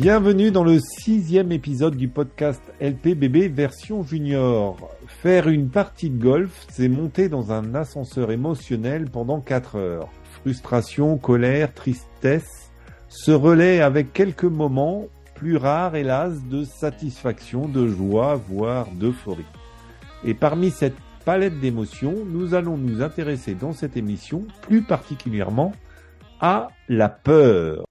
Bienvenue dans le 6e épisode du podcast LPBB version junior. Faire une partie de golf, c'est monter dans un ascenseur émotionnel pendant 4 heures. Frustration, colère, tristesse se relaient avec quelques moments, plus rares hélas, de satisfaction, de joie, voire d'euphorie. Et parmi cette palette d'émotions, nous allons nous intéresser dans cette émission plus particulièrement à la peur.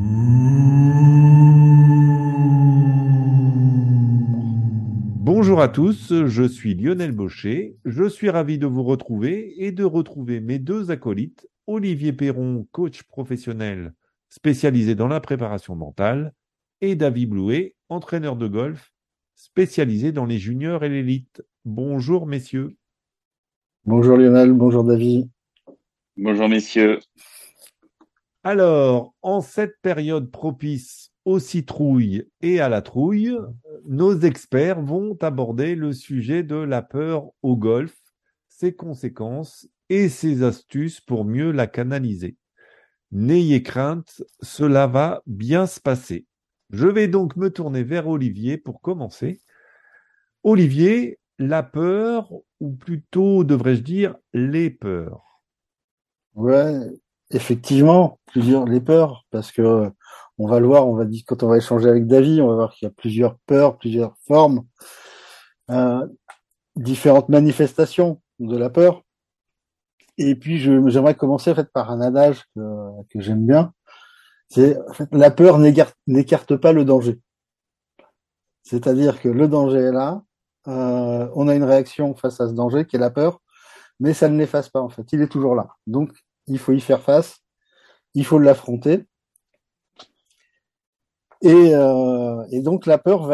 Bonjour à tous, je suis Lionel Baucher, je suis ravi de vous retrouver et de retrouver mes deux acolytes, Olivier Perron, coach professionnel spécialisé dans la préparation mentale, et David Blouet, entraîneur de golf spécialisé dans les juniors et l'élite. Bonjour messieurs. Bonjour Lionel, bonjour David. Bonjour messieurs. Alors, en cette période propice aux citrouilles et à la trouille, nos experts vont aborder le sujet de la peur au golf, ses conséquences et ses astuces pour mieux la canaliser. N'ayez crainte, cela va bien se passer. Je vais donc me tourner vers Olivier pour commencer. Olivier, la peur, ou plutôt devrais-je dire les peurs? Ouais, effectivement, les peurs, parce que on va le voir, quand on va échanger avec David, on va voir qu'il y a plusieurs peurs, plusieurs formes, différentes manifestations de la peur. Et puis j'aimerais commencer en fait par un adage que j'aime bien. C'est en fait, la peur n'écarte pas le danger. C'est-à-dire que le danger est là, on a une réaction face à ce danger qui est la peur, mais ça ne l'efface pas en fait. Il est toujours là. Donc il faut y faire face, il faut l'affronter. Et donc la peur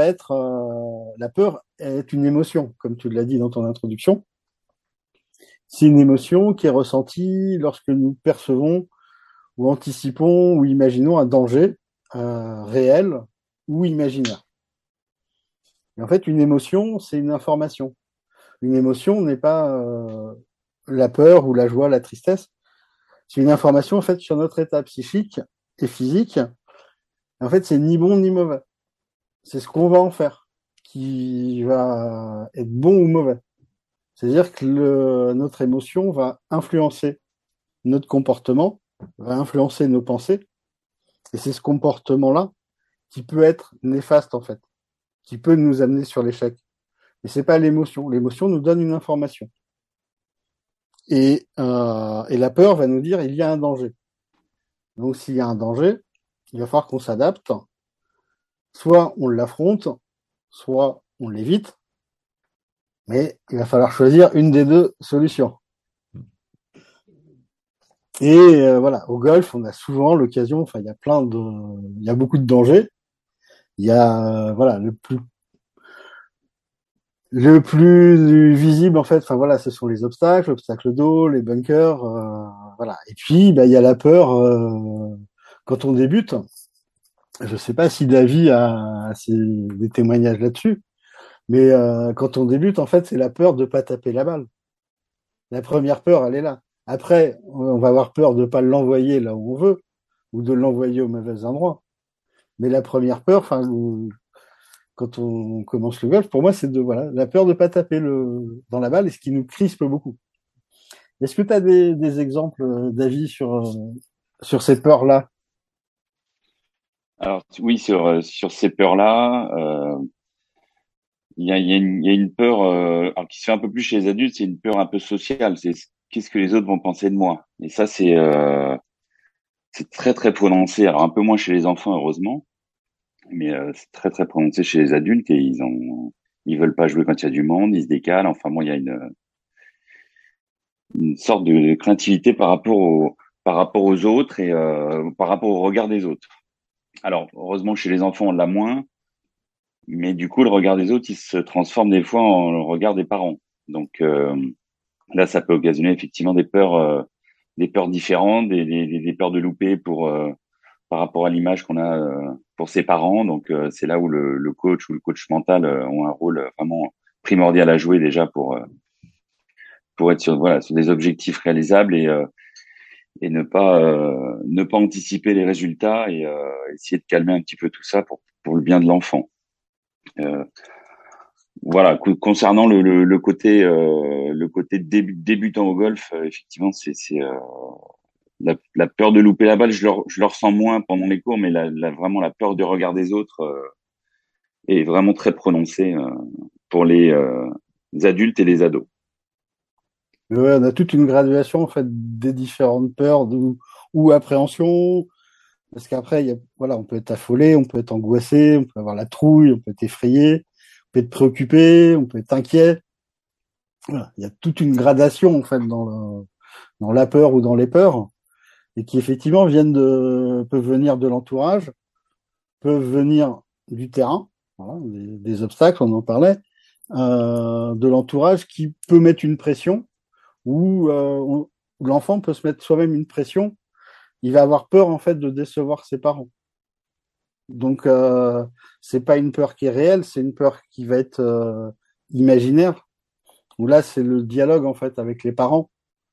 est une émotion, comme tu l'as dit dans ton introduction. C'est une émotion qui est ressentie lorsque nous percevons ou anticipons ou imaginons un danger réel ou imaginaire. Et en fait, une émotion, c'est une information. Une émotion n'est pas la peur ou la joie, la tristesse. C'est une information en fait sur notre état psychique et physique. En fait, c'est ni bon ni mauvais. C'est ce qu'on va en faire qui va être bon ou mauvais. C'est-à-dire que notre émotion va influencer notre comportement, va influencer nos pensées. Et c'est ce comportement-là qui peut être néfaste en fait, qui peut nous amener sur l'échec. Mais c'est pas l'émotion. L'émotion nous donne une information. Et la peur va nous dire il y a un danger. Donc s'il y a un danger, il va falloir qu'on s'adapte. Soit on l'affronte, soit on l'évite. Mais il va falloir choisir une des deux solutions. Et voilà, au golf, on a souvent l'occasion. Enfin, il y a beaucoup de dangers. Il y a voilà le plus visible en fait. Enfin voilà, ce sont les obstacles d'eau, les bunkers. Voilà. Et puis il y a la peur quand on débute. Je sais pas si David a des témoignages là-dessus, mais quand on débute, en fait, c'est la peur de pas taper la balle. La première peur, elle est là. Après, on va avoir peur de pas l'envoyer là où on veut ou de l'envoyer au mauvais endroit. Mais la première peur, enfin, quand on commence le golf, pour moi, c'est la peur de pas taper dans la balle et ce qui nous crispe beaucoup. Est-ce que tu as des exemples, David, sur ces peurs-là? Alors oui, sur ces peurs-là, il y a une peur alors qui se fait un peu plus chez les adultes, c'est une peur un peu sociale. C'est qu'est-ce que les autres vont penser de moi. Et ça, c'est très très prononcé. Alors un peu moins chez les enfants, heureusement, mais c'est très très prononcé chez les adultes et ils veulent pas jouer quand il y a du monde, ils se décalent. Enfin bon, il y a une sorte de craintivité par rapport aux autres et par rapport au regard des autres. Alors heureusement chez les enfants on l'a moins. Mais du coup, le regard des autres, il se transforme des fois en le regard des parents. Donc là, ça peut occasionner effectivement des peurs différentes, des peurs de louper par rapport à l'image qu'on a pour ses parents. Donc c'est là où le coach ou le coach mental ont un rôle vraiment primordial à jouer déjà pour être sur des objectifs réalisables et ne pas anticiper les résultats et essayer de calmer un petit peu tout ça pour le bien de l'enfant. Euh, voilà. Concernant le côté débutant au golf, effectivement, c'est la peur de louper la balle, je le ressens moins pendant les cours, mais vraiment la peur du regard des autres est vraiment très prononcée pour les adultes et les ados. Mais ouais, on a toute une graduation en fait des différentes peurs ou appréhensions. Parce qu'après, voilà, on peut être affolé, on peut être angoissé, on peut avoir la trouille, on peut être effrayé, on peut être préoccupé, on peut être inquiet. Voilà. Il y a toute une gradation en fait dans la peur ou dans les peurs, et qui effectivement peuvent venir de l'entourage, peuvent venir du terrain, voilà, des obstacles, on en parlait, de l'entourage qui peut mettre une pression, ou l'enfant peut se mettre soi-même une pression. Il va avoir peur en fait de décevoir ses parents. Donc c'est pas une peur qui est réelle, c'est une peur qui va être imaginaire. Où là c'est le dialogue en fait avec les parents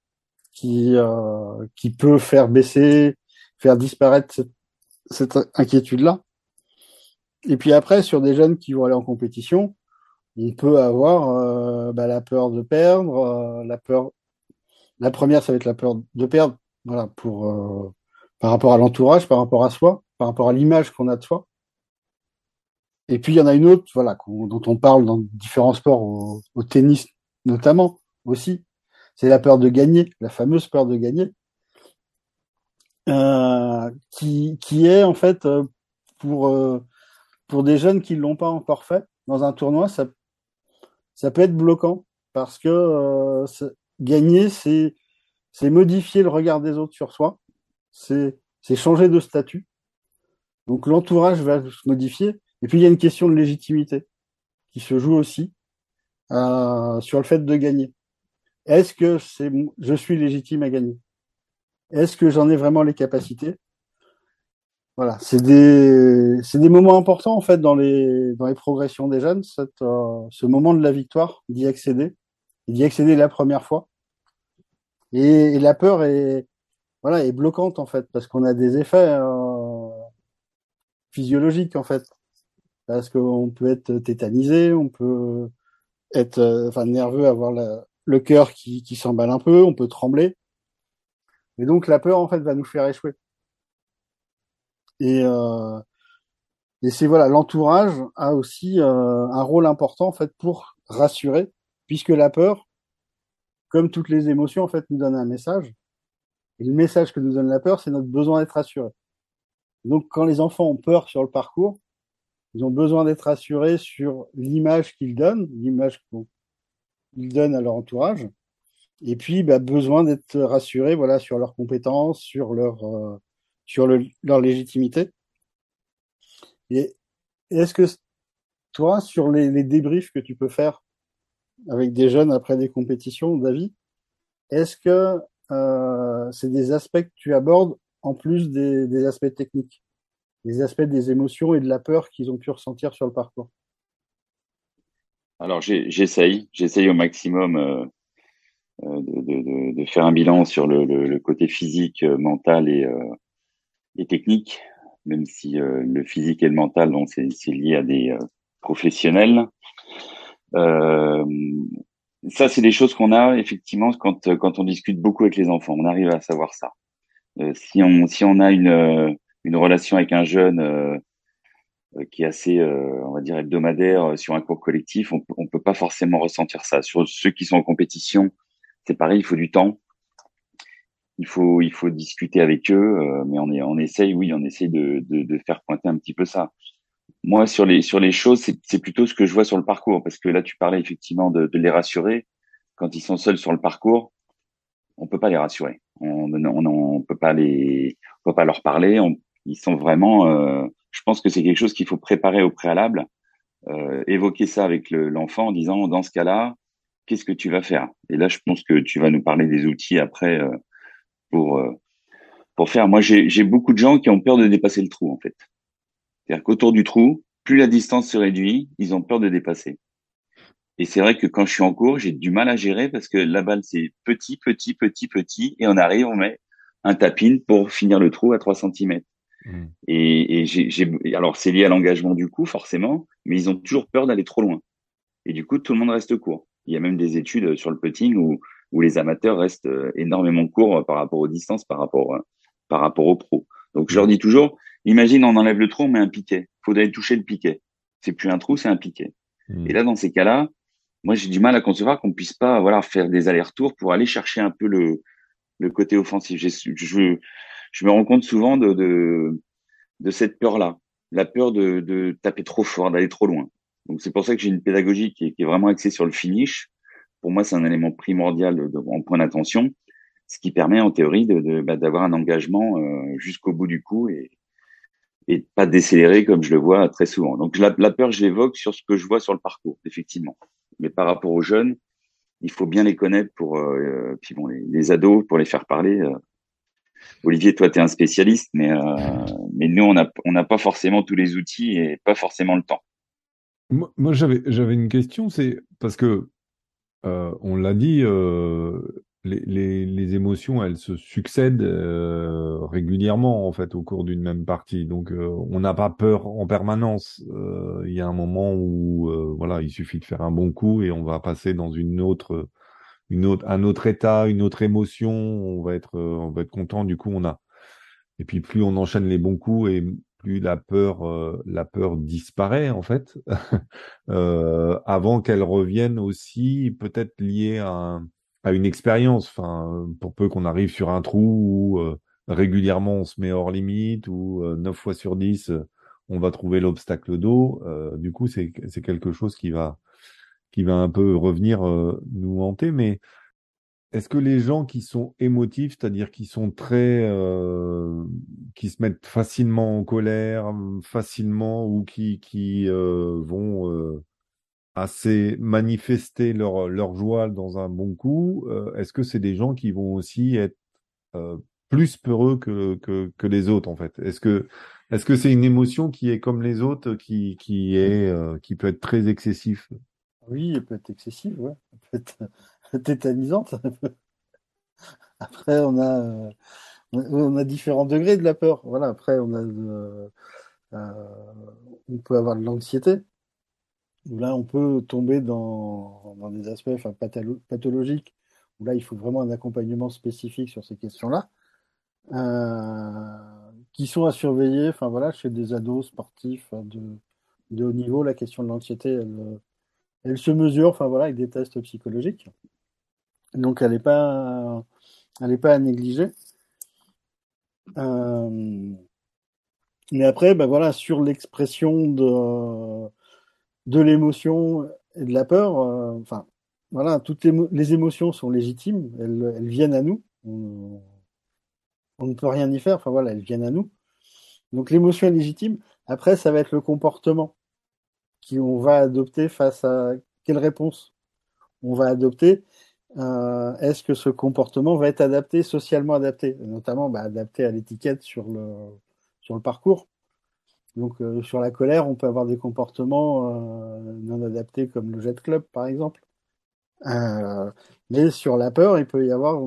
qui peut faire baisser, faire disparaître cette inquiétude-là. Et puis après, sur des jeunes qui vont aller en compétition, on peut avoir la peur de perdre, la peur. La première, ça va être la peur de perdre, voilà, par rapport à l'entourage, par rapport à soi, par rapport à l'image qu'on a de soi. Et puis il y en a une autre, voilà, dont on parle dans différents sports, au tennis notamment aussi. C'est la peur de gagner, la fameuse peur de gagner, qui est en fait pour euh, pour des jeunes qui l'ont pas encore fait dans un tournoi, ça peut être bloquant parce que gagner, c'est modifier le regard des autres sur soi, c'est changer de statut. Donc l'entourage va se modifier. Et puis il y a une question de légitimité qui se joue aussi sur le fait de gagner. Est-ce que je suis légitime à gagner? Est-ce que j'en ai vraiment les capacités? Voilà, c'est des moments importants en fait dans les progressions des jeunes, ce moment de la victoire, d'y accéder la première fois. Et la peur est bloquante en fait parce qu'on a des effets physiologiques en fait, parce qu'on peut être tétanisé, on peut être nerveux, avoir le cœur qui s'emballe un peu, on peut trembler. Et donc la peur en fait va nous faire échouer. Et, euh, et c'est voilà, l'entourage a aussi un rôle important en fait pour rassurer, puisque la peur, comme toutes les émotions en fait, nous donne un message. Et le message que nous donne la peur, c'est notre besoin d'être rassuré. Donc quand les enfants ont peur sur le parcours, ils ont besoin d'être rassurés sur l'image qu'ils donnent, l'image qu'ils donnent à leur entourage. Et puis, besoin d'être rassurés, voilà, sur leurs compétences, leur légitimité. Et est-ce que toi, sur les débriefs que tu peux faire avec des jeunes après des compétitions, David, est-ce que c'est des aspects que tu abordes en plus des aspects techniques, des aspects des émotions et de la peur qu'ils ont pu ressentir sur le parcours? Alors j'essaye au maximum de faire un bilan sur le côté physique, mental et technique, même si le physique et le mental, bon, c'est lié à des professionnels. Euh, Ça, c'est des choses qu'on a effectivement quand on discute beaucoup avec les enfants. On arrive à savoir ça. Si on a une relation avec un jeune qui est assez, on va dire, hebdomadaire sur un cours collectif, on peut pas forcément ressentir ça. Sur ceux qui sont en compétition, c'est pareil, il faut du temps. Il faut discuter avec eux, mais on essaye, oui, on essaye de faire pointer un petit peu ça. Moi, sur les choses, c'est plutôt ce que je vois sur le parcours, parce que là, tu parlais effectivement de les rassurer. Quand ils sont seuls sur le parcours, on peut pas les rassurer. On peut pas leur parler. Ils sont vraiment. Je pense que c'est quelque chose qu'il faut préparer au préalable, évoquer ça avec l'enfant en disant, dans ce cas-là, qu'est-ce que tu vas faire? Et là, je pense que tu vas nous parler des outils après pour euh, pour faire. Moi, j'ai beaucoup de gens qui ont peur de dépasser le trou, en fait. C'est-à-dire qu'autour du trou, plus la distance se réduit, ils ont peur de dépasser. Et c'est vrai que quand je suis en cours, j'ai du mal à gérer parce que la balle, c'est petit, petit, petit, petit, et on arrive, on met un tap-in pour finir le trou à 3 centimètres. Mm. Alors c'est lié à l'engagement du coup, forcément, mais ils ont toujours peur d'aller trop loin. Et du coup, tout le monde reste court. Il y a même des études sur le putting où les amateurs restent énormément courts par rapport aux distances, par rapport aux pros. Donc, je leur dis toujours, imagine, on enlève le trou, on met un piquet. Faut aller toucher le piquet. C'est plus un trou, c'est un piquet. Mm. Et là, dans ces cas-là, moi, j'ai du mal à concevoir qu'on puisse pas, voilà, faire des allers-retours pour aller chercher un peu le côté offensif. Je me rends compte souvent de cette peur-là, la peur de taper trop fort, d'aller trop loin. Donc c'est pour ça que j'ai une pédagogie qui est vraiment axée sur le finish. Pour moi, c'est un élément primordial en point d'attention, ce qui permet en théorie d'avoir un engagement jusqu'au bout du coup et de pas décélérer comme je le vois très souvent. Donc la peur, je l'évoque sur ce que je vois sur le parcours, effectivement. Mais par rapport aux jeunes, il faut bien les connaître pour puis bon les ados pour les faire parler. Olivier, toi, tu es un spécialiste, mais nous, on n'a pas forcément tous les outils et pas forcément le temps. Moi, j'avais une question, c'est parce que on l'a dit, les émotions, elles se succèdent régulièrement en fait au cours d'une même partie. Donc, on n'a pas peur en permanence. Il y a un moment où, voilà, il suffit de faire un bon coup et on va passer dans un autre état, une autre émotion. On va être content. Du coup, et puis plus on enchaîne les bons coups et plus la peur disparaît en fait, avant qu'elle revienne aussi peut-être liée à une expérience. Enfin, pour peu qu'on arrive sur un trou où régulièrement on se met hors limite ou 9 fois sur 10 on va trouver l'obstacle d'eau. Du coup, c'est quelque chose qui va un peu revenir nous hanter, mais est-ce que les gens qui sont émotifs, c'est-à-dire qui sont qui se mettent facilement en colère, facilement, ou qui vont assez manifester leur joie dans un bon coup, est-ce que c'est des gens qui vont aussi être euh, plus peureux que les autres, en fait? Est-ce que c'est une émotion qui est comme les autres, qui peut être très excessif? Oui, elle peut être excessive, ouais. Elle peut être tétanisante. Après, on a différents degrés de la peur. Voilà, après, on peut avoir de l'anxiété. Où là, on peut tomber dans des aspects enfin, pathologiques, où là, il faut vraiment un accompagnement spécifique sur ces questions-là, qui sont à surveiller, enfin voilà, chez des ados sportifs de haut niveau, la question de l'anxiété, elle se mesure, enfin voilà, avec des tests psychologiques. Donc, elle est pas à négliger. Euh, mais après, ben voilà, sur l'expression de l'émotion et de la peur, enfin, voilà, les émotions sont légitimes, elles viennent à nous, on ne peut rien y faire, enfin voilà, elles viennent à nous. Donc l'émotion est légitime. Après, ça va être le comportement qu'on va adopter face à quelle réponse on va adopter. Est-ce que ce comportement va être adapté, socialement adapté, notamment bah, adapté à l'étiquette sur le parcours. Donc sur la colère, on peut avoir des comportements non adaptés comme le jet club par exemple. Euh, mais sur la peur, il peut y avoir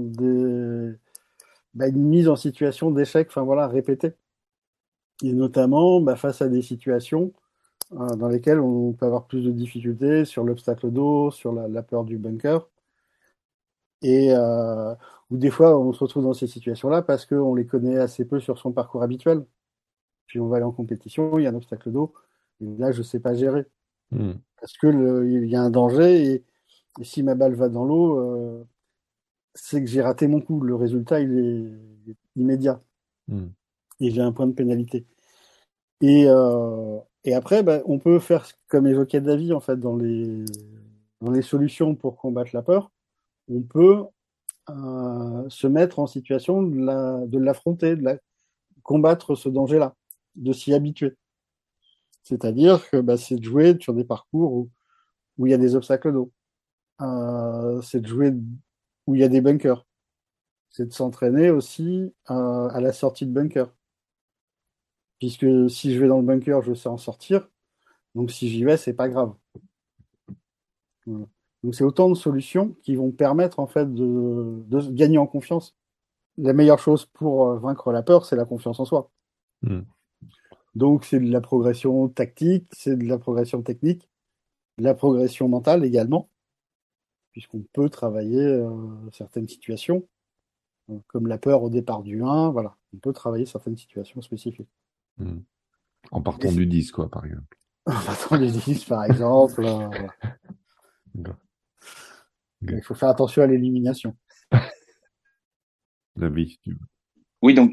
une mise en situation d'échec, enfin voilà, répétée. Et notamment bah, face à des situations dans lesquelles on peut avoir plus de difficultés sur l'obstacle d'eau, sur la peur du bunker. Et ou des fois, on se retrouve dans ces situations-là parce qu'on les connaît assez peu sur son parcours habituel. Puis on va aller en compétition, il y a un obstacle d'eau, et là, je ne sais pas gérer. Hmm. Parce que il y a un danger, et si ma balle va dans l'eau, c'est que j'ai raté mon coup. Le résultat, il est immédiat. Hmm. Et j'ai un point de pénalité. Et après, bah, on peut faire comme évoquait David, en fait, dans les solutions pour combattre la peur. On peut se mettre en situation de l'affronter, combattre ce danger-là, de s'y habituer. C'est-à-dire que bah, c'est de jouer sur des parcours où il y a des obstacles d'eau. C'est de jouer où il y a des bunkers. C'est de s'entraîner aussi à la sortie de bunker. Puisque si je vais dans le bunker, je sais en sortir. Donc si j'y vais, c'est pas grave. Voilà. Donc c'est autant de solutions qui vont permettre en fait de gagner en confiance la meilleure chose pour vaincre la peur, c'est la confiance en soi. Mm. Donc, c'est de la progression tactique, c'est de la progression technique, de la progression mentale également, puisqu'on peut travailler certaines situations, comme la peur au départ du 1, voilà. On peut travailler certaines situations spécifiques. Mm. En Et partant du 10, quoi, par exemple. en partant du 10, par exemple, voilà. D'accord. Mais Ok. il faut faire attention à l'élimination. David, Oui, donc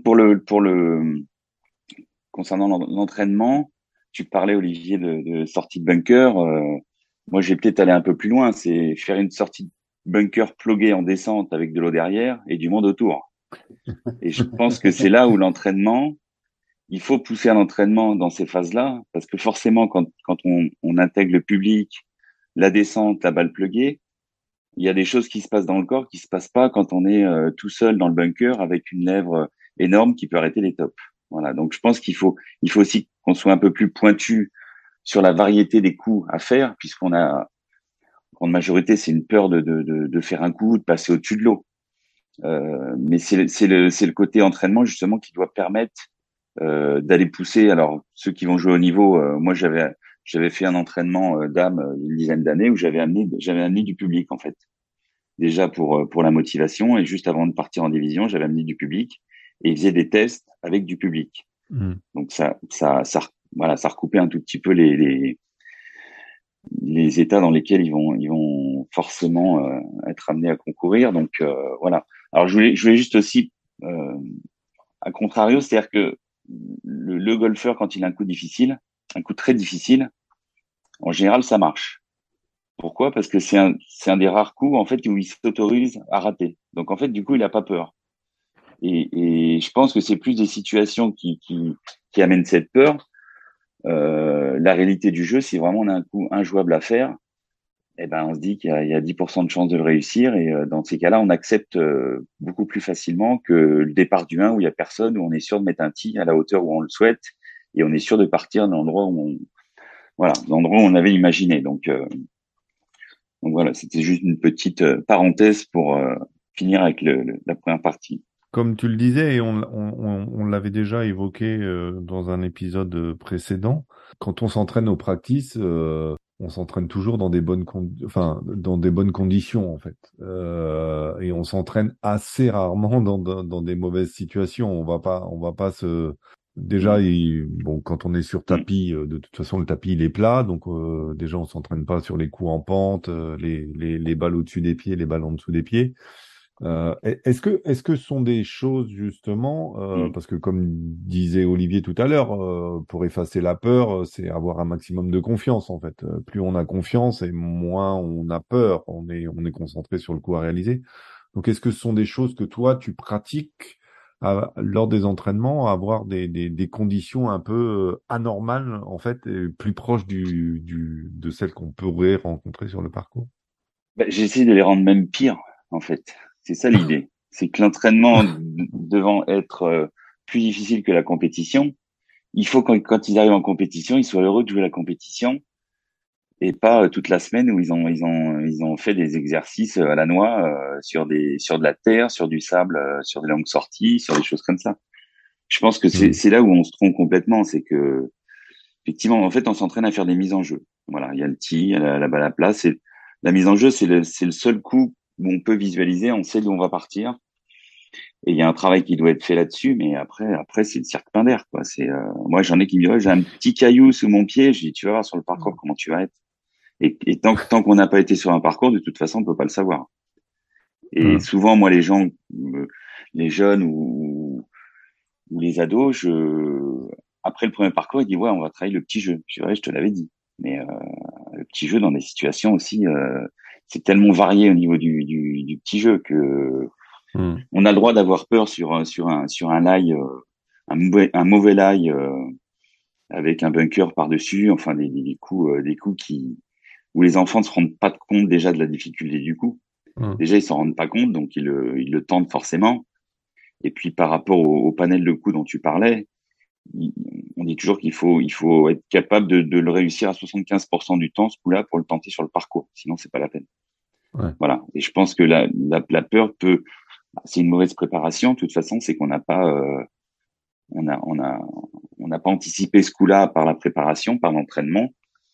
concernant l'entraînement, tu parlais, Olivier, de sortie de bunker. Moi, j'ai peut-être aller un peu plus loin. C'est faire une sortie de bunker ploguée en descente avec de l'eau derrière et du monde autour. Et je pense que c'est là où l'entraînement, il faut pousser à l'entraînement dans ces phases-là, parce que forcément, quand on intègre le public, la descente, la balle pluguée, il y a des choses qui se passent dans le corps qui se passent pas quand on est tout seul dans le bunker avec une lèvre énorme qui peut arrêter les tops. Voilà. Donc, je pense il faut aussi qu'on soit un peu plus pointu sur la variété des coups à faire, puisqu'on a, en majorité, c'est une peur de faire un coup, de passer au-dessus de l'eau. Mais c'est le côté entraînement justement qui doit permettre d'aller pousser. Alors ceux qui vont jouer au niveau, moi j'avais fait un entraînement d'âme une dizaine d'années où j'avais amené du public en fait. Déjà pour la motivation et juste avant de partir en division, j'avais amené du public et ils faisaient des tests avec du public. Mm. Donc voilà, ça recoupait un tout petit peu les états dans lesquels ils vont forcément être amenés à concourir. Donc voilà. Alors je voulais juste aussi à contrario, c'est-à-dire que le golfeur quand il a un coup difficile, un coup très difficile, en général ça marche. Pourquoi? Parce que c'est un des rares coups en fait où il s'autorise à rater. Donc en fait du coup il a pas peur. Et je pense que c'est plus des situations qui amènent cette peur. La réalité du jeu, si vraiment on a un coup injouable à faire, eh ben, on se dit il y a 10% de chances de le réussir et dans ces cas-là, on accepte beaucoup plus facilement que le départ du 1 où il y a personne, où on est sûr de mettre un tee à la hauteur où on le souhaite et on est sûr de partir dans l'endroit voilà, dans l'endroit où on avait imaginé. Donc voilà, c'était juste une petite parenthèse pour finir avec la première partie. comme tu le disais, et on l'avait déjà évoqué dans un épisode précédent, quand on s'entraîne aux practices, on s'entraîne toujours dans des enfin, dans des bonnes conditions, en fait. Et on s'entraîne assez rarement dans des mauvaises situations. On va pas se... Déjà, Mm. bon, quand on est sur Mm. tapis, de toute façon, le tapis, il est plat. Donc, déjà, on s'entraîne pas sur les coups en pente, les balles au-dessus des pieds, les balles en dessous des pieds. Est-ce que ce sont des choses justement, Mm. parce que comme disait Olivier tout à l'heure, pour effacer la peur, c'est avoir un maximum de confiance en fait. Plus on a confiance et moins on a peur, on est concentré sur le coup à réaliser. Donc est-ce que ce sont des choses que toi tu pratiques lors des entraînements, à avoir des conditions un peu anormales en fait, et plus proches de celles qu'on pourrait rencontrer sur le parcours? Ben, j'essaie de les rendre même pires, en fait. C'est ça l'idée. C'est que l'entraînement devant être plus difficile que la compétition, il faut quand ils arrivent en compétition, ils soient heureux de jouer la compétition et pas toute la semaine où ils ont fait des exercices à la noix sur de la terre, sur du sable, sur des longues sorties, sur des choses comme ça. Je pense que Hmm. c'est là où on se trompe complètement, c'est que effectivement, en fait, on s'entraîne à faire des mises en jeu. Voilà, il y a le tee, il y a la balle à plat. C'est la mise en jeu, c'est le seul coup où on peut visualiser, on sait d'où on va partir. Et il y a un travail qui doit être fait là-dessus, mais après, c'est le cirque pain d'air, quoi. Moi, j'en ai qui me disent, ouais, j'ai un petit caillou sous mon pied. Je dis, tu vas voir sur le parcours comment tu vas être. Et tant qu'on n'a pas été sur un parcours, de toute façon, on peut pas le savoir. Et Hmm. souvent, moi, les gens, les jeunes ou les ados, après le premier parcours, ils disent, ouais, on va travailler le petit jeu. Je dis, ouais, je te l'avais dit. Mais le petit jeu dans des situations aussi, c'est tellement varié au niveau du petit jeu que Hmm. on a le droit d'avoir peur sur un lie, un mauvais lie avec un bunker par-dessus, enfin des coups qui où les enfants ne se rendent pas compte déjà de la difficulté du coup. Hmm. Déjà ils s'en rendent pas compte, donc ils le tentent forcément. Et puis par rapport au panel de coups dont tu parlais, on dit toujours il faut être capable de le réussir à 75% du temps ce coup-là pour le tenter sur le parcours. Sinon c'est pas la peine. Ouais. Voilà. Et je pense que la peur peut c'est une mauvaise préparation. De toute façon, c'est qu'on n'a pas, on a, on a, on n'a pas anticipé ce coup-là par la préparation, par l'entraînement.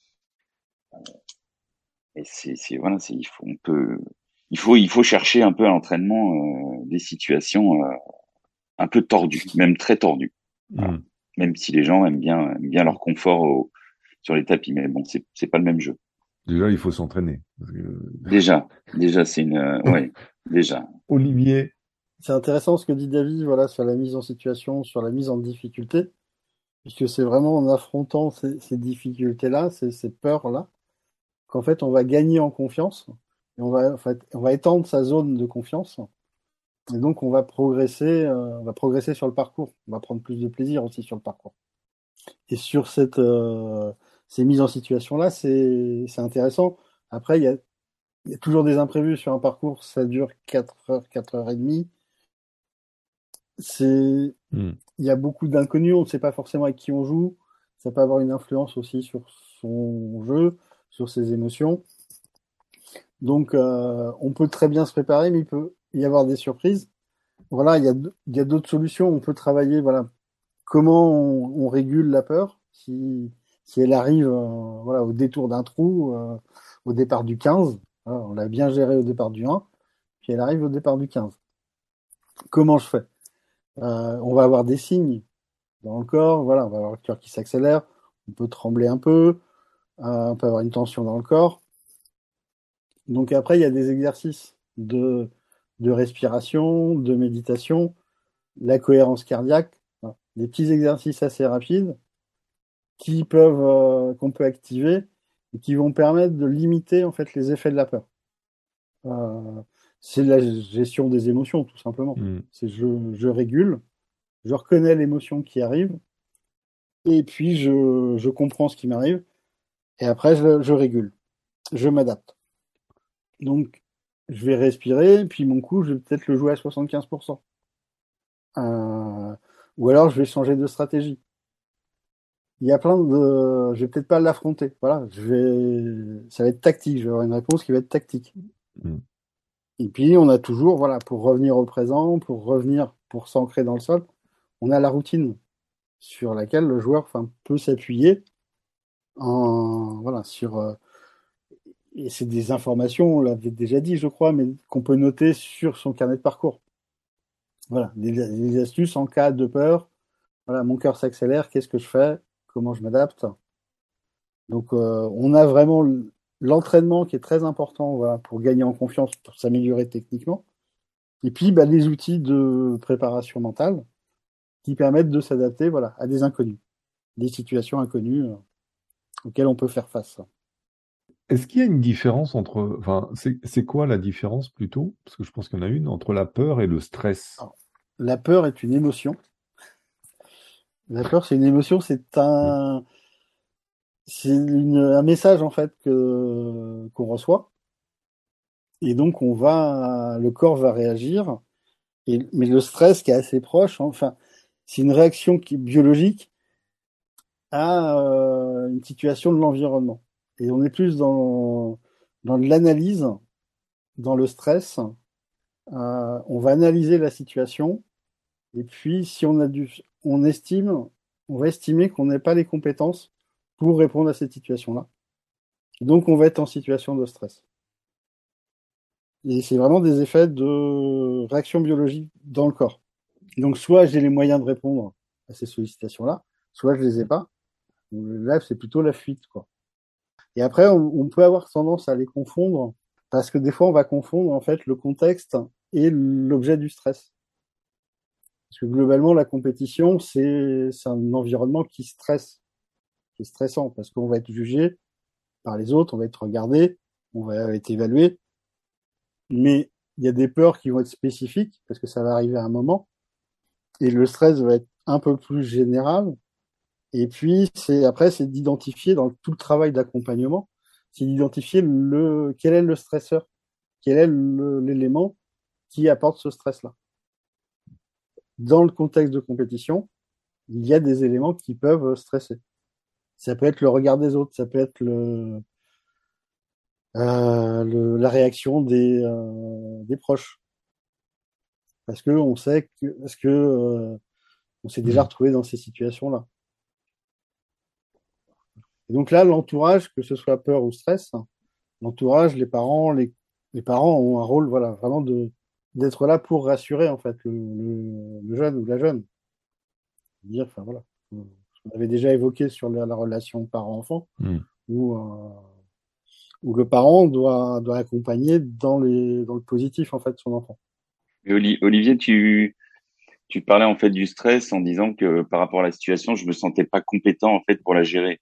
Et voilà, il faut chercher un peu à l'entraînement des situations un peu tordues, même très tordues. Voilà. Mm. Même si les gens aiment bien leur confort sur les tapis, mais bon, c'est pas le même jeu. Déjà, il faut s'entraîner. Déjà, c'est ouais, déjà. Olivier, C'est intéressant ce que dit David, voilà, sur la mise en situation, sur la mise en difficulté, puisque c'est vraiment en affrontant ces difficultés-là, ces peurs-là, qu'en fait, on va gagner en confiance, et en fait, on va étendre sa zone de confiance, et donc on va progresser sur le parcours, on va prendre plus de plaisir aussi sur le parcours. Et sur ces mises en situation-là, c'est intéressant. Après, il y a toujours des imprévus sur un parcours, ça dure 4 heures et demie. C'est, mm. il y a beaucoup d'inconnus, on ne sait pas forcément avec qui on joue. Ça peut avoir une influence aussi sur son jeu, sur ses émotions. Donc, on peut très bien se préparer, mais il peut y avoir des surprises. Voilà, il y a d'autres solutions. On peut travailler, voilà, comment on régule la peur si elle arrive, voilà, au détour d'un trou, au départ du 15. Voilà, on l'a bien géré au départ du 1, puis elle arrive au départ du 15. Comment je fais? On va avoir des signes dans le corps, voilà, on va avoir le cœur qui s'accélère, on peut trembler un peu, on peut avoir une tension dans le corps. Donc après, il y a des exercices de respiration, de méditation, la cohérence cardiaque, voilà, des petits exercices assez rapides qu'on peut activer et qui vont permettre de limiter en fait les effets de la peur. Euh, c'est la gestion des émotions, tout simplement. Mm. C'est je régule, je reconnais l'émotion qui arrive, et puis je comprends ce qui m'arrive, et après je régule, je m'adapte. Donc je vais respirer, puis mon coup, je vais peut-être le jouer à 75%. Ou alors je vais changer de stratégie. Il y a je vais peut-être pas l'affronter. Voilà, ça va être tactique. Je vais avoir une réponse qui va être tactique. Mm. Et puis, on a toujours, voilà, pour revenir au présent, pour s'ancrer dans le sol, on a la routine sur laquelle le joueur, enfin, peut s'appuyer voilà, et c'est des informations, on l'avait déjà dit, je crois, mais qu'on peut noter sur son carnet de parcours. Voilà, des astuces en cas de peur. Voilà, mon cœur s'accélère, qu'est-ce que je fais? Comment je m'adapte? Donc, on a vraiment l'entraînement qui est très important, voilà, pour gagner en confiance, pour s'améliorer techniquement. Et puis, bah, les outils de préparation mentale qui permettent de s'adapter, voilà, à des inconnus, des situations inconnues auxquelles on peut faire face. Est-ce qu'il y a une différence entre, enfin, c'est quoi la différence plutôt? Parce que je pense qu'il y en a une entre la peur et le stress. Alors, la peur est une émotion. La peur, c'est une émotion, Mm. un message en fait qu'on reçoit. Et donc, le corps va réagir. Mais le stress qui est assez proche, enfin, c'est une réaction qui est biologique à une situation de l'environnement. Et on est plus dans de l'analyse, dans le stress. On va analyser la situation et puis si on va estimer qu'on n'a pas les compétences pour répondre à cette situation-là. Donc on va être en situation de stress. Et c'est vraiment des effets de réaction biologique dans le corps. Donc soit j'ai les moyens de répondre à ces sollicitations-là, soit je les ai pas. Là, c'est plutôt la fuite, quoi. Et après, on peut avoir tendance à les confondre parce que des fois, on va confondre en fait le contexte et l'objet du stress. Parce que globalement, la compétition, c'est un environnement qui est stressant parce qu'on va être jugé par les autres, on va être regardé, on va être évalué. Mais il y a des peurs qui vont être spécifiques parce que ça va arriver à un moment et le stress va être un peu plus général. Et puis, c'est d'identifier dans tout le travail d'accompagnement, c'est d'identifier quel est le stresseur, quel est l'élément qui apporte ce stress-là. Dans le contexte de compétition, il y a des éléments qui peuvent stresser. Ça peut être le regard des autres, ça peut être la réaction des proches. parce que on sait on s'est déjà retrouvé dans ces situations-là. Et donc là, l'entourage, que ce soit peur ou stress, l'entourage, les parents ont un rôle, voilà, vraiment d'être là pour rassurer en fait le jeune ou la jeune. Dire, enfin voilà, ce qu'on avait déjà évoqué sur la relation parent-enfant, où, où le parent doit accompagner dans le positif en fait son enfant. Et Olivier, tu parlais en fait du stress en disant que par rapport à la situation, je me sentais pas compétent en fait pour la gérer.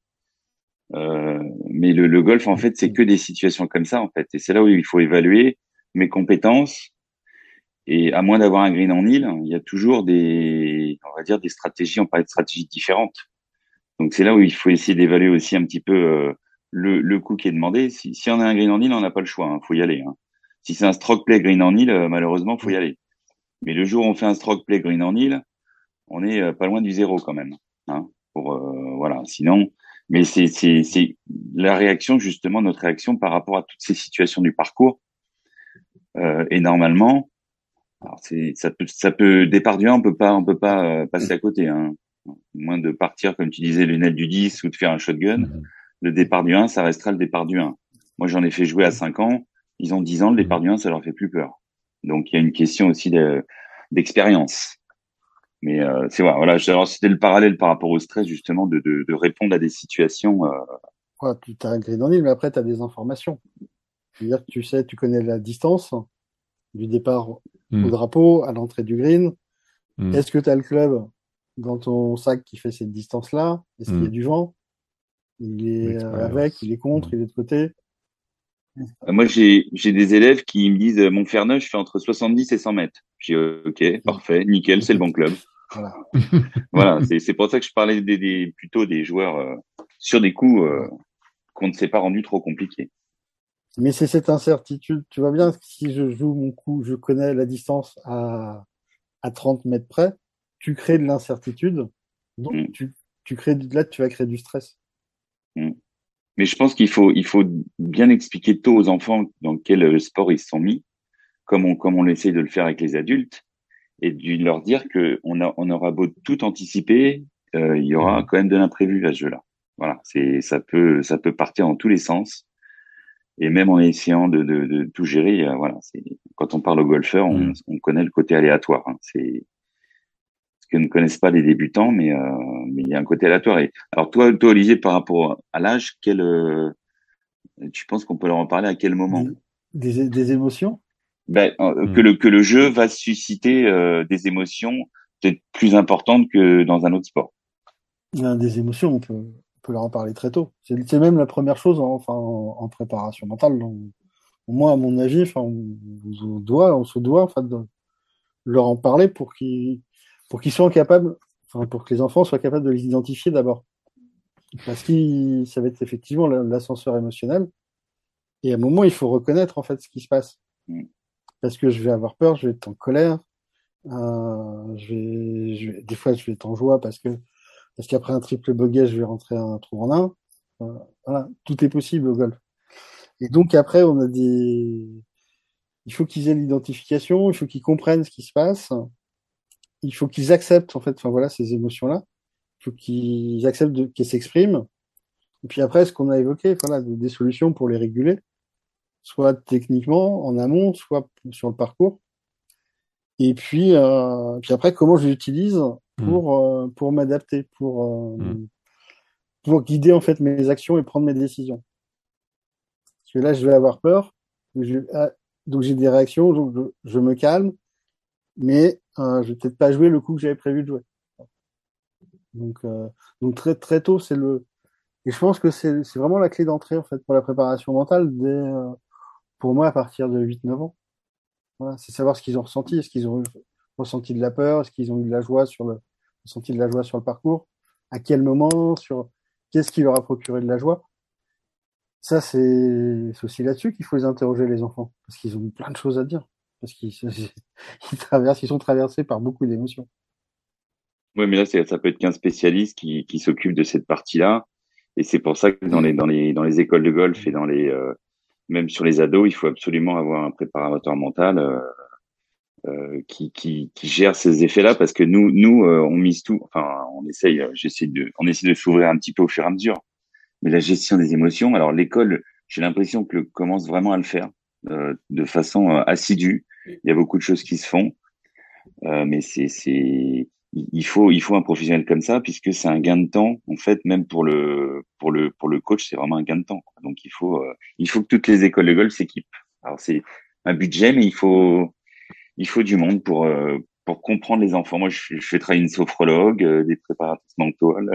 Mais le golf en fait, c'est que des situations comme ça en fait, et c'est là où il faut évaluer mes compétences. Et à moins d'avoir un green en île, il y a toujours on va dire des stratégies. On parlait de stratégies différentes. Donc c'est là où il faut essayer d'évaluer aussi un petit peu le coût qui est demandé. Si on a un green en île, on n'a pas le choix, faut y aller. Si c'est un stroke play green en île, malheureusement, faut y aller. Mais le jour où on fait un stroke play green en île, on est pas loin du zéro quand même. Voilà. Sinon, mais c'est la réaction justement, notre réaction par rapport à toutes ces situations du parcours. Et normalement, alors ça peut départ du 1, on peut pas passer à côté. Moins de partir, comme tu disais, lunettes du 10 ou de faire un shotgun. Le départ du 1, ça restera le départ du 1. Moi, j'en ai fait jouer à 5 ans. Ils ont 10 ans, le départ du 1, ça leur fait plus peur. Donc, il y a une question aussi d'expérience. Mais c'est voilà. Alors, c'était le parallèle par rapport au stress, justement, de répondre à des situations. Ouais, tu as un green en île, mais après, tu as des informations. C'est-à-dire que tu connais la distance du départ au drapeau, à l'entrée du green. Est-ce que tu as le club dans ton sac qui fait cette distance-là? Est-ce qu'il y a du vent? Il est avec, il est contre, il est de côté? Moi, j'ai des élèves qui me disent, mon Ferneux, je fais entre 70 et 100 mètres. Je dis, ok, parfait, nickel, c'est le bon club. Voilà. Voilà, c'est pour ça que je parlais plutôt des joueurs sur des coups qu'on ne s'est pas rendu trop compliqués. Mais c'est cette incertitude. Tu vois bien, si je joue mon coup, je connais la distance à 30 mètres près, tu crées de l'incertitude. Donc, tu crées, là, tu vas créer du stress. Mais je pense qu'il faut bien expliquer tôt aux enfants dans quel sport ils se sont mis, comme on essaie de le faire avec les adultes, et de leur dire que on aura beau tout anticiper, il y aura quand même de l'imprévu à ce jeu-là. Voilà, ça peut partir dans tous les sens. Et même en essayant de tout gérer, voilà, quand on parle aux golfeurs, on connaît le côté aléatoire. C'est ce que ne connaissent pas les débutants, mais il y a un côté aléatoire. Et alors toi Olivier, par rapport à l'âge, tu penses qu'on peut leur en parler à quel moment? Des émotions? Que le jeu va susciter des émotions peut-être plus importantes que dans un autre sport. Des émotions, on peut leur en parler très tôt. C'est même la première chose en préparation mentale. Donc, moi, à mon avis, on se doit en fait, de leur en parler pour qu'ils soient capables, pour que les enfants soient capables de les identifier d'abord. Parce que ça va être effectivement l'ascenseur émotionnel. Et à un moment, il faut reconnaître en fait ce qui se passe. Parce que je vais avoir peur, je vais être en colère, des fois je vais être en joie parce qu'après un triple bogey, je vais rentrer un trou en un. Voilà, tout est possible au golf. Et donc après, il faut qu'ils aient l'identification, il faut qu'ils comprennent ce qui se passe, il faut qu'ils acceptent en fait, voilà, ces émotions-là. Il faut qu'ils acceptent qu'elles s'expriment. Et puis après, ce qu'on a évoqué, voilà, des solutions pour les réguler, soit techniquement en amont, soit sur le parcours. Et puis après, comment je l'utilise pour m'adapter, pour guider en fait mes actions et prendre mes décisions. Parce que là, je vais avoir peur, donc j'ai des réactions, donc je me calme, mais je vais peut-être pas jouer le coup que j'avais prévu de jouer. Donc très très tôt, et je pense que c'est vraiment la clé d'entrée en fait pour la préparation mentale pour moi à partir de 8-9 ans. Voilà, c'est savoir ce qu'ils ont ressenti, est-ce qu'ils ont ressenti de la peur, est-ce qu'ils ont eu de la joie ressenti de la joie sur le parcours, à quel moment, qu'est-ce qui leur a procuré de la joie. Ça, c'est aussi là-dessus qu'il faut les interroger, les enfants, parce qu'ils ont plein de choses à dire, parce qu'ils ils sont traversés par beaucoup d'émotions. Oui, mais là, ça peut être qu'un spécialiste qui s'occupe de cette partie-là. Et c'est pour ça que dans les écoles de golf et même sur les ados, il faut absolument avoir un préparateur mental qui gère ces effets-là, parce que nous on mise tout, enfin on essaye de s'ouvrir un petit peu au fur et à mesure, mais la gestion des émotions, alors l'école, j'ai l'impression que commence vraiment à le faire de façon assidue. Il y a beaucoup de choses qui se font, mais il faut un professionnel comme ça, puisque c'est un gain de temps en fait, même pour le coach, c'est vraiment un gain de temps, quoi. Donc il faut que toutes les écoles de golf s'équipent. Alors c'est un budget, mais il faut du monde pour comprendre les enfants. Moi, je fais travailler une sophrologue, des préparatrices mentales.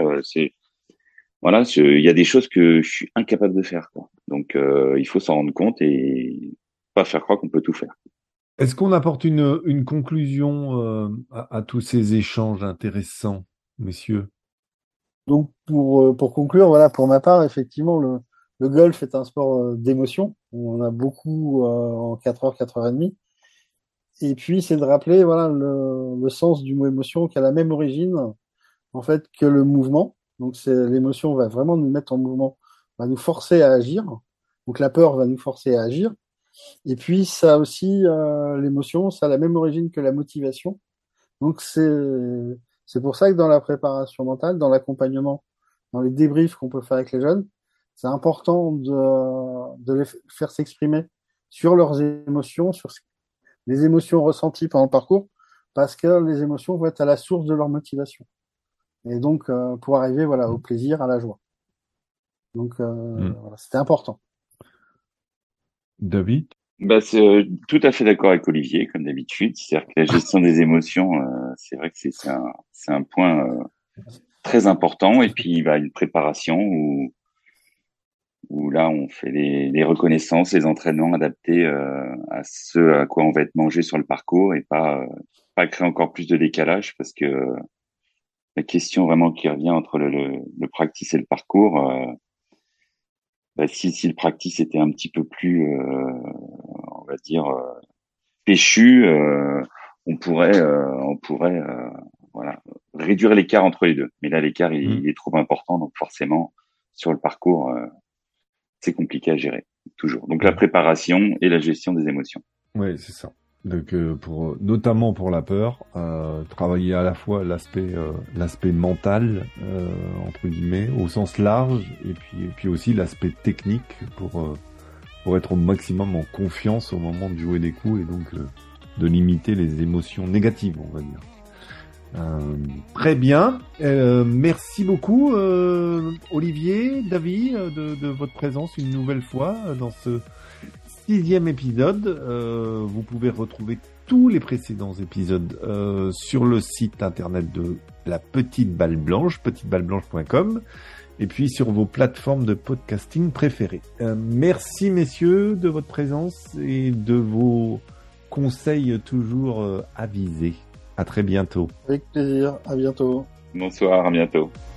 Il y a des choses que je suis incapable de faire, quoi. Donc, il faut s'en rendre compte et pas faire croire qu'on peut tout faire. Est-ce qu'on apporte une conclusion à tous ces échanges intéressants, messieurs? Donc pour conclure, voilà, pour ma part, effectivement, le golf est un sport d'émotion. On en a beaucoup en 4 heures, 4 heures et demie. Et puis c'est de rappeler voilà le sens du mot émotion qui a la même origine en fait que le mouvement. Donc c'est l'émotion va vraiment nous mettre en mouvement, va nous forcer à agir. Donc la peur va nous forcer à agir. Et puis ça aussi l'émotion, ça a la même origine que la motivation. Donc c'est pour ça que dans la préparation mentale, dans l'accompagnement, dans les débriefs qu'on peut faire avec les jeunes, c'est important de les faire s'exprimer sur leurs émotions, sur les émotions ressenties pendant le parcours, parce que les émotions vont être à la source de leur motivation. Et donc pour arriver voilà au plaisir, à la joie. Donc voilà, c'était important. David? Bah, c'est tout à fait d'accord avec Olivier, comme d'habitude. C'est-à-dire que la gestion des émotions, c'est vrai que c'est un point très important. Et puis, bah, une préparation où là, on fait les reconnaissances, les entraînements adaptés à ce à quoi on va être mangé sur le parcours, et pas créer encore plus de décalage, parce que la question vraiment qui revient entre le practice et le parcours, bah, si le practice était un petit peu plus, on va dire, péchu, on pourrait voilà, réduire l'écart entre les deux. Mais là, l'écart, il est trop important, donc forcément, sur le parcours, c'est compliqué à gérer, toujours. Donc la préparation et la gestion des émotions. Oui, c'est ça. Donc, notamment pour la peur, travailler à la fois l'aspect mental, entre guillemets, au sens large, et puis aussi l'aspect technique pour être au maximum en confiance au moment de jouer des coups, et donc de limiter les émotions négatives, on va dire. Très bien. Merci beaucoup, Olivier, David, de votre présence une nouvelle fois dans ce 6e épisode. Vous pouvez retrouver tous les précédents épisodes sur le site internet de la Petite Balle Blanche, petiteballeblanche.com, et puis sur vos plateformes de podcasting préférées. Merci messieurs de votre présence et de vos conseils toujours avisés. À très bientôt. Avec plaisir. À bientôt. Bonsoir, à bientôt.